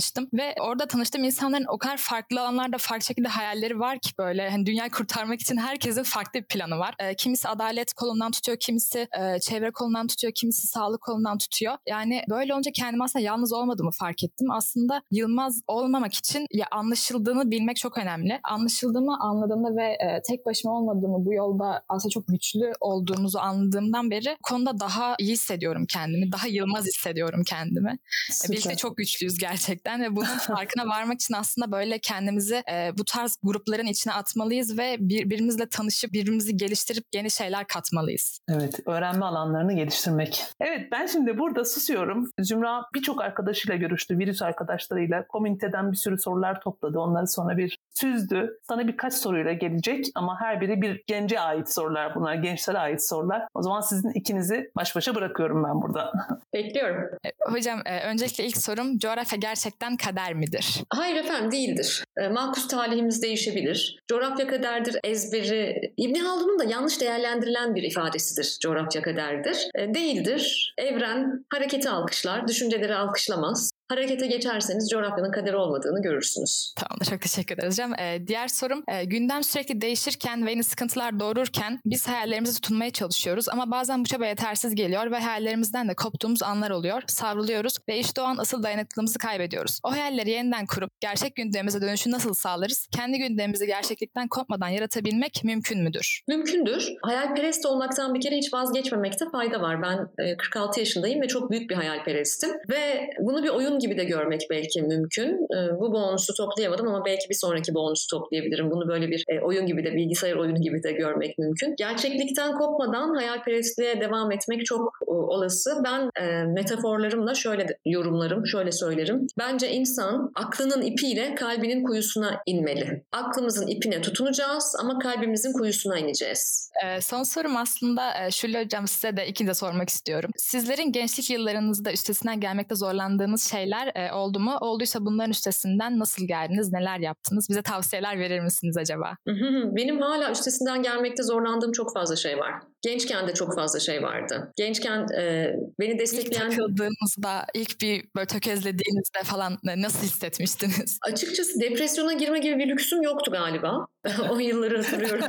ve orada tanıştığım insanların o kadar farklı alanlarda farklı şekilde hayalleri var ki böyle hani dünyayı kurtarmak için herkesin farklı bir planı var. E, kimisi adalet kolundan tutuyor, kimisi e, çevre kolundan tutuyor, kimisi sağlık kolundan tutuyor. Yani böyle olunca kendimi aslında yalnız olmadığımı fark ettim. Aslında yılmaz olmamak için ya anlaşıldığını bilmek çok önemli. Anlaşıldığımı anladığımda ve e, tek başıma olmadığımı, bu yolda aslında çok güçlü olduğumuzu anladığımdan beri bu konuda daha iyi hissediyorum kendimi. Daha yılmaz hissediyorum kendimi. Süper. Birlikte çok güçlüyüz gerçekten ve bunun farkına varmak için aslında böyle kendimizi e, bu tarz grupların içine atmalıyız ve birbirimizle tanışıp birbirimizi geliştirip yeni şeyler katmalıyız. Evet, öğrenme alanlarını geliştirmek. Evet, ben şimdi burada susuyorum. Zümra birçok arkadaşıyla görüştü, virüs arkadaşlarıyla. Komüniteden bir sürü sorular topladı. Onları sonra bir süzdü. Sana birkaç soruyla gelecek ama her biri bir gence ait sorular bunlar. Gençlere ait sorular. O zaman sizin ikinizi baş başa bırakıyorum ben burada. Bekliyorum. E, hocam e, öncelikle ilk sorum, coğrafya gerçekten kader midir? Hayır efendim, değildir. E, makus talihimiz değişebilir. Coğrafya kaderdir ezberi. İbn Haldun'un da yanlış değerlendirilen bir ifadesidir. Coğrafya kaderdir. E, değildir. Evren hareketi alkışlar, düşünceleri alkışlamaz. Harekete geçerseniz coğrafyanın kaderi olmadığını görürsünüz. Tamamdır, çok teşekkür ederiz hocam. Ee, diğer sorum, e, gündem sürekli değişirken ve yeni sıkıntılar doğururken biz hayallerimizi tutunmaya çalışıyoruz ama bazen bu çaba yetersiz geliyor ve hayallerimizden de koptuğumuz anlar oluyor, savruluyoruz ve işte o an asıl dayanıklılığımızı kaybediyoruz. O hayalleri yeniden kurup gerçek gündemimize dönüşü nasıl sağlarız? Kendi gündemimizi gerçeklikten kopmadan yaratabilmek mümkün müdür? Mümkündür. Hayalperest olmaktan bir kere hiç vazgeçmemekte fayda var. Ben e, kırk altı yaşındayım ve çok büyük bir hayalperestim ve bunu bir oyun gibi de görmek belki mümkün. E, bu bonusu toplayamadım ama belki bir sonraki bonusu toplayabilirim. Bunu böyle bir e, oyun gibi de, bilgisayar oyunu gibi de görmek mümkün. Gerçeklikten kopmadan hayalperestliğe devam etmek çok e, olası. Ben e, metaforlarımla şöyle yorumlarım, şöyle söylerim. Bence insan aklının ipiyle kalbinin kuyusuna inmeli. Aklımızın ipine tutunacağız ama kalbimizin kuyusuna ineceğiz. E, son sorum aslında e, Şule Hocam, size de ikinize sormak istiyorum. Sizlerin gençlik yıllarınızda üstesinden gelmekte zorlandığınız şeyler e, oldu mu? Olduysa bunların üstesinden nasıl geldiniz? Neler yaptınız? Bize tavsiyeler verir misiniz acaba? Benim hala üstesinden gelmekte zorlandığım çok fazla şey var. Gençken de çok fazla şey vardı. Gençken e, beni destekleyen... İlk takıldığınızda, ilk bir böyle tökezlediğinizde falan nasıl hissetmiştiniz? Açıkçası depresyona girme gibi bir lüksüm yoktu galiba. O yılları hatırlıyorum.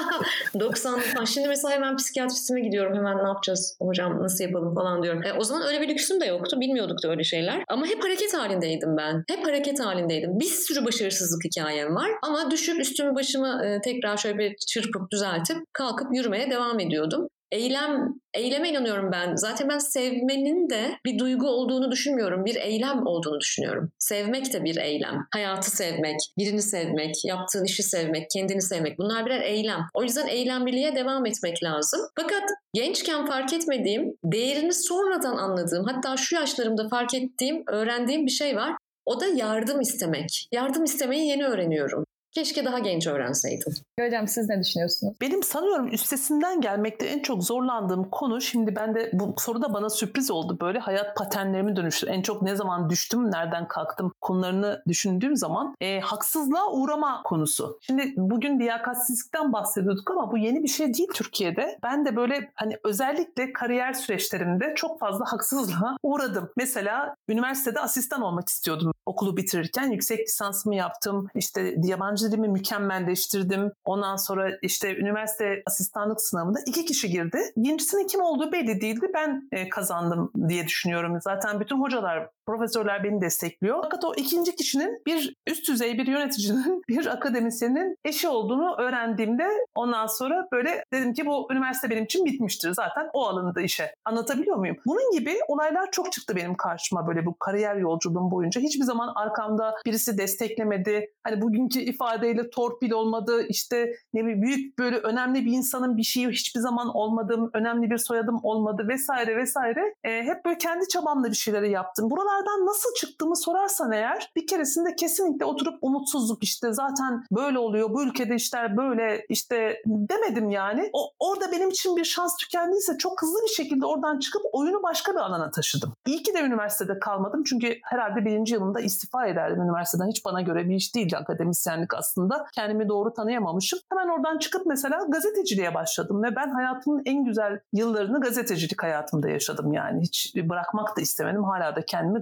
doksanlı falan. Şimdi mesela hemen psikiyatristime gidiyorum. Hemen ne yapacağız hocam, nasıl yapalım falan diyorum. E, o zaman öyle bir lüksüm de yoktu. Bilmiyorduk da öyle şeyler. Ama hep hareket halindeydim ben. Hep hareket halindeydim. Bir sürü başarısızlık hikayem var. Ama düşüp üstümü başımı e, tekrar şöyle bir çırpıp düzeltip kalkıp yürümeye devam ediyordum. Eylem, eyleme inanıyorum ben. Zaten ben sevmenin de bir duygu olduğunu düşünmüyorum. Bir eylem olduğunu düşünüyorum. Sevmek de bir eylem. Hayatı sevmek, birini sevmek, yaptığın işi sevmek, kendini sevmek. Bunlar birer eylem. O yüzden eylemliliğe devam etmek lazım. Fakat gençken fark etmediğim, değerini sonradan anladığım, hatta şu yaşlarımda fark ettiğim, öğrendiğim bir şey var. O da yardım istemek. Yardım istemeyi yeni öğreniyorum. Keşke daha genç öğrenseydim. Hocam siz ne düşünüyorsunuz? Benim sanıyorum üstesinden gelmekte en çok zorlandığım konu, şimdi ben de bu soruda bana sürpriz oldu, böyle hayat paternlerimi dönüştü. En çok ne zaman düştüm, nereden kalktım konularını düşündüğüm zaman e, haksızlığa uğrama konusu. Şimdi bugün liyakatsizlikten bahsediyorduk ama bu yeni bir şey değil Türkiye'de. Ben de böyle hani özellikle kariyer süreçlerimde çok fazla haksızlığa uğradım. Mesela üniversitede asistan olmak istiyordum okulu bitirirken. Yüksek lisansımı yaptım. İşte yabancı dilimi mükemmelleştirdim. Ondan sonra işte üniversite asistanlık sınavında iki kişi girdi. Birincisinin kim olduğu belli değildi. Ben e, kazandım diye düşünüyorum. Zaten bütün hocalar, profesörler beni destekliyor. Fakat o ikinci kişinin bir üst düzey bir yöneticinin, bir akademisyenin eşi olduğunu öğrendiğimde ondan sonra böyle dedim ki bu üniversite benim için bitmiştir. Zaten o alındı işe. Anlatabiliyor muyum? Bunun gibi olaylar çok çıktı benim karşıma böyle bu kariyer yolculuğum boyunca. Hiçbir zaman arkamda birisi desteklemedi. Hani bugünkü ifadeyle torpil olmadı. İşte ne bileyim büyük böyle önemli bir insanın bir şeyi hiçbir zaman olmadım. Önemli bir soyadım olmadı vesaire vesaire. E, hep böyle kendi çabamla bir şeyleri yaptım. Buralardan nasıl çıktığımı sorarsan eğer bir keresinde kesinlikle oturup umutsuzluk işte zaten böyle oluyor. Bu ülkede işler böyle işte demedim yani. O, orada benim için bir şans tükendiyse çok hızlı bir şekilde oradan çıkıp oyunu başka bir alana taşıdım. İyi ki de üniversitede kalmadım. Çünkü herhalde birinci yılında istifa ederdim üniversiteden. Hiç bana göre bir iş değildi akademisyenlik aslında. Kendimi doğru tanıyamamışım. Hemen oradan çıkıp mesela gazeteciliğe başladım ve ben hayatımın en güzel yıllarını gazetecilik hayatımda yaşadım yani. Hiç bırakmak da istemedim. Hala da kendimi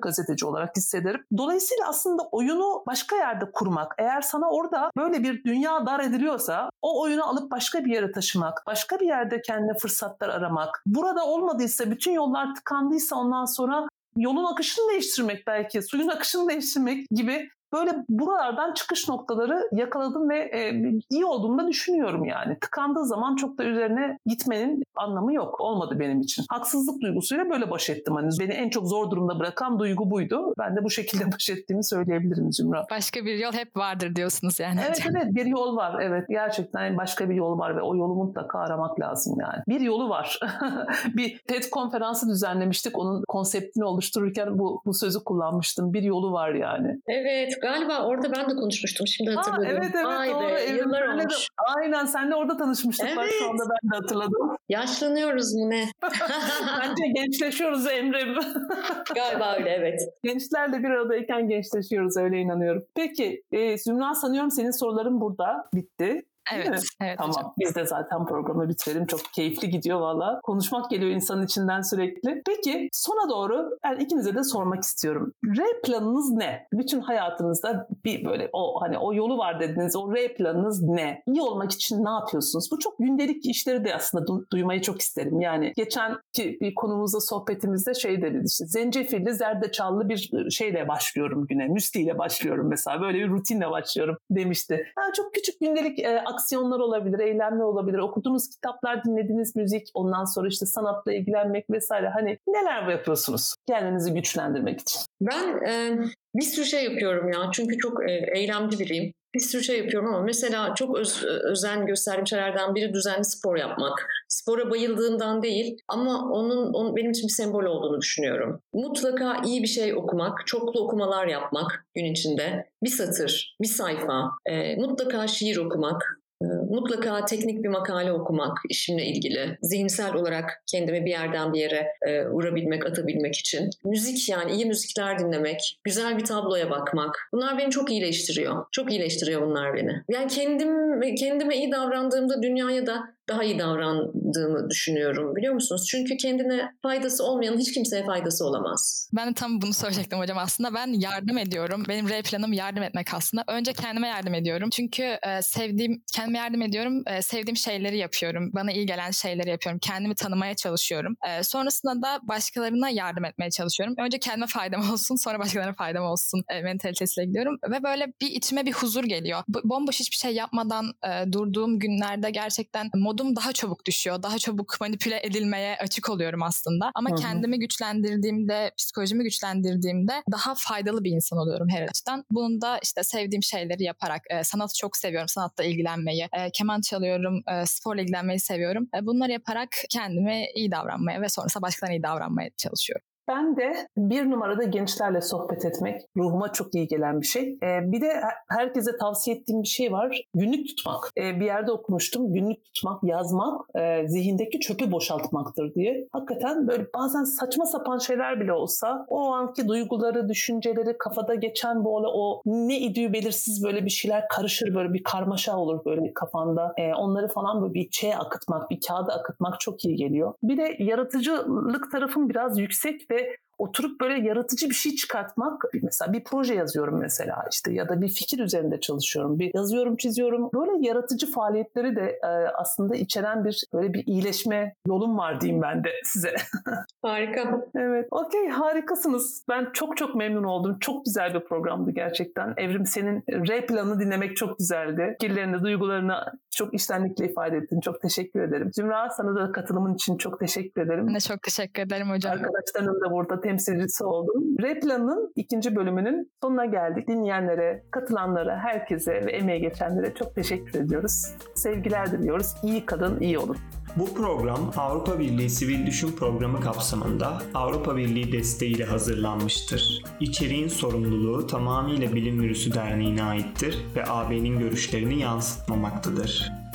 gazeteci olarak hissederim. Dolayısıyla aslında oyunu başka yerde kurmak, eğer sana orada böyle bir dünya dar ediliyorsa o oyunu alıp başka bir yere taşımak, başka bir yerde kendine fırsatlar aramak, burada olmadıysa, bütün yollar tıkandıysa ondan sonra yolun akışını değiştirmek, belki suyun akışını değiştirmek gibi böyle buralardan çıkış noktaları yakaladım ve e, iyi olduğunu da düşünüyorum yani. Tıkandığı zaman çok da üzerine gitmenin anlamı yok. Olmadı benim için. Haksızlık duygusuyla böyle baş ettim. Hani beni en çok zor durumda bırakan duygu buydu. Ben de bu şekilde baş ettiğimi söyleyebilirim Zümra. Başka bir yol hep vardır diyorsunuz yani. Evet evet, bir yol var. Evet, gerçekten başka bir yol var ve o yolu mutlaka aramak lazım yani. Bir yolu var. Bir TED konferansı düzenlemiştik. Onun konseptini oluştururken bu, bu sözü kullanmıştım. Bir yolu var yani. Evet. Galiba orada ben de konuşmuştum. Şimdi hatırladım. Ha, evet evet Vay doğru. be, Evet, yıllar de, olmuş. aynen, seninle orada tanışmıştık. Evet. Bak şu anda ben de hatırladım. Yaşlanıyoruz mu ne? Bence gençleşiyoruz Emre. Galiba öyle, evet. Gençlerle bir aradayken gençleşiyoruz, öyle inanıyorum. Peki e, Zümra, sanıyorum senin soruların burada bitti. Evet, evet tamam. hocam. Biz de zaten programı bitirelim. Çok keyifli gidiyor valla. Konuşmak geliyor insanın içinden sürekli. Peki sona doğru yani ikinize de sormak istiyorum. R planınız ne? Bütün hayatınızda bir böyle o hani o yolu var dediniz. O R planınız ne? İyi olmak için ne yapıyorsunuz? Bu çok gündelik işleri de aslında du- duymayı çok isterim. Yani geçenki bir konumuzda, sohbetimizde şey dedi işte, zencefilli, zerdeçallı bir şeyle başlıyorum güne. Müsliyle başlıyorum mesela. Böyle bir rutinle başlıyorum demişti. Yani çok küçük gündelik e, aksiyonlar olabilir, eylemler olabilir, okuduğunuz kitaplar, dinlediğiniz müzik, ondan sonra işte sanatla ilgilenmek vesaire. Hani neler yapıyorsunuz kendinizi güçlendirmek için? Ben e, bir sürü şey yapıyorum ya. Çünkü çok e, eylemci biriyim. Bir sürü şey yapıyorum ama mesela çok öz, özen gösterdiğim şeylerden biri düzenli spor yapmak. Spora bayıldığımdan değil ama onun, onun benim için bir sembol olduğunu düşünüyorum. Mutlaka iyi bir şey okumak, çoklu okumalar yapmak gün içinde. Bir satır, bir sayfa, e, mutlaka şiir okumak. Mutlaka teknik bir makale okumak işimle ilgili. Zihinsel olarak kendimi bir yerden bir yere e, vurabilmek, atabilmek için. Müzik, yani iyi müzikler dinlemek, güzel bir tabloya bakmak. Bunlar beni çok iyileştiriyor. Çok iyileştiriyor bunlar beni. Yani kendim kendime iyi davrandığımda dünyaya da daha iyi davrandığımı düşünüyorum, biliyor musunuz? Çünkü kendine faydası olmayanın hiç kimseye faydası olamaz. Ben de tam bunu söyleyecektim hocam aslında. Ben yardım ediyorum. Benim R planım yardım etmek aslında. Önce kendime yardım ediyorum. Çünkü e, sevdiğim, kendime yardım ediyorum. E, sevdiğim şeyleri yapıyorum. Bana iyi gelen şeyleri yapıyorum. Kendimi tanımaya çalışıyorum. E, sonrasında da başkalarına yardım etmeye çalışıyorum. Önce kendime faydam olsun, sonra başkalarına faydam olsun e, mentalitesiyle gidiyorum. Ve böyle bir içime bir huzur geliyor. B- bomboş hiçbir şey yapmadan e, durduğum günlerde gerçekten modum daha çabuk düşüyor. Daha çabuk manipüle edilmeye açık oluyorum aslında. Ama Hı-hı. kendimi güçlendirdiğimde, psikolojimi güçlendirdiğimde daha faydalı bir insan oluyorum her açıdan. Bunu da işte sevdiğim şeyleri yaparak, e, sanatı çok seviyorum, sanatla ilgilenmeyi, e, keman çalıyorum, e, sporla ilgilenmeyi seviyorum. E, bunları yaparak kendime iyi davranmaya ve sonrasında başkalarına iyi davranmaya çalışıyorum. Ben de bir numarada gençlerle sohbet etmek ruhuma çok iyi gelen bir şey. Ee, bir de herkese tavsiye ettiğim bir şey var. Günlük tutmak. Ee, bir yerde okumuştum. Günlük tutmak, yazmak, e, zihindeki çöpü boşaltmaktır diye. Hakikaten böyle bazen saçma sapan şeyler bile olsa o anki duyguları, düşünceleri, kafada geçen böyle o ne idüğü belirsiz böyle bir şeyler karışır, böyle bir karmaşa olur böyle bir kafanda. Ee, onları falan böyle bir şeye akıtmak, bir kağıda akıtmak çok iyi geliyor. Bir de yaratıcılık tarafım biraz yüksek ve oturup böyle yaratıcı bir şey çıkartmak, mesela bir proje yazıyorum mesela işte ya da bir fikir üzerinde çalışıyorum, bir yazıyorum, çiziyorum. Böyle yaratıcı faaliyetleri de e, aslında içeren bir böyle bir iyileşme yolum var diyeyim ben de size. Harika. Evet. Okey, harikasınız. Ben çok çok memnun oldum. Çok güzel bir programdı gerçekten. Evrim, senin R planını dinlemek çok güzeldi. Fikirlerini, duygularını çok içtenlikle ifade ettin. Çok teşekkür ederim. Zümra, sana da katılımın için çok teşekkür ederim. Ben de çok teşekkür ederim hocam. Arkadaşlarım da burada temsilcisi oldum. R planının ikinci bölümünün sonuna geldik. Dinleyenlere, katılanlara, herkese ve emeğe geçenlere çok teşekkür ediyoruz. Sevgiler diliyoruz. İyi kadın, iyi olun. Bu program Avrupa Birliği Sivil Düşün Programı kapsamında Avrupa Birliği desteğiyle hazırlanmıştır. İçeriğin sorumluluğu tamamıyla Bilim Virüsü Derneği'ne aittir ve A B'nin görüşlerini yansıtmamaktadır.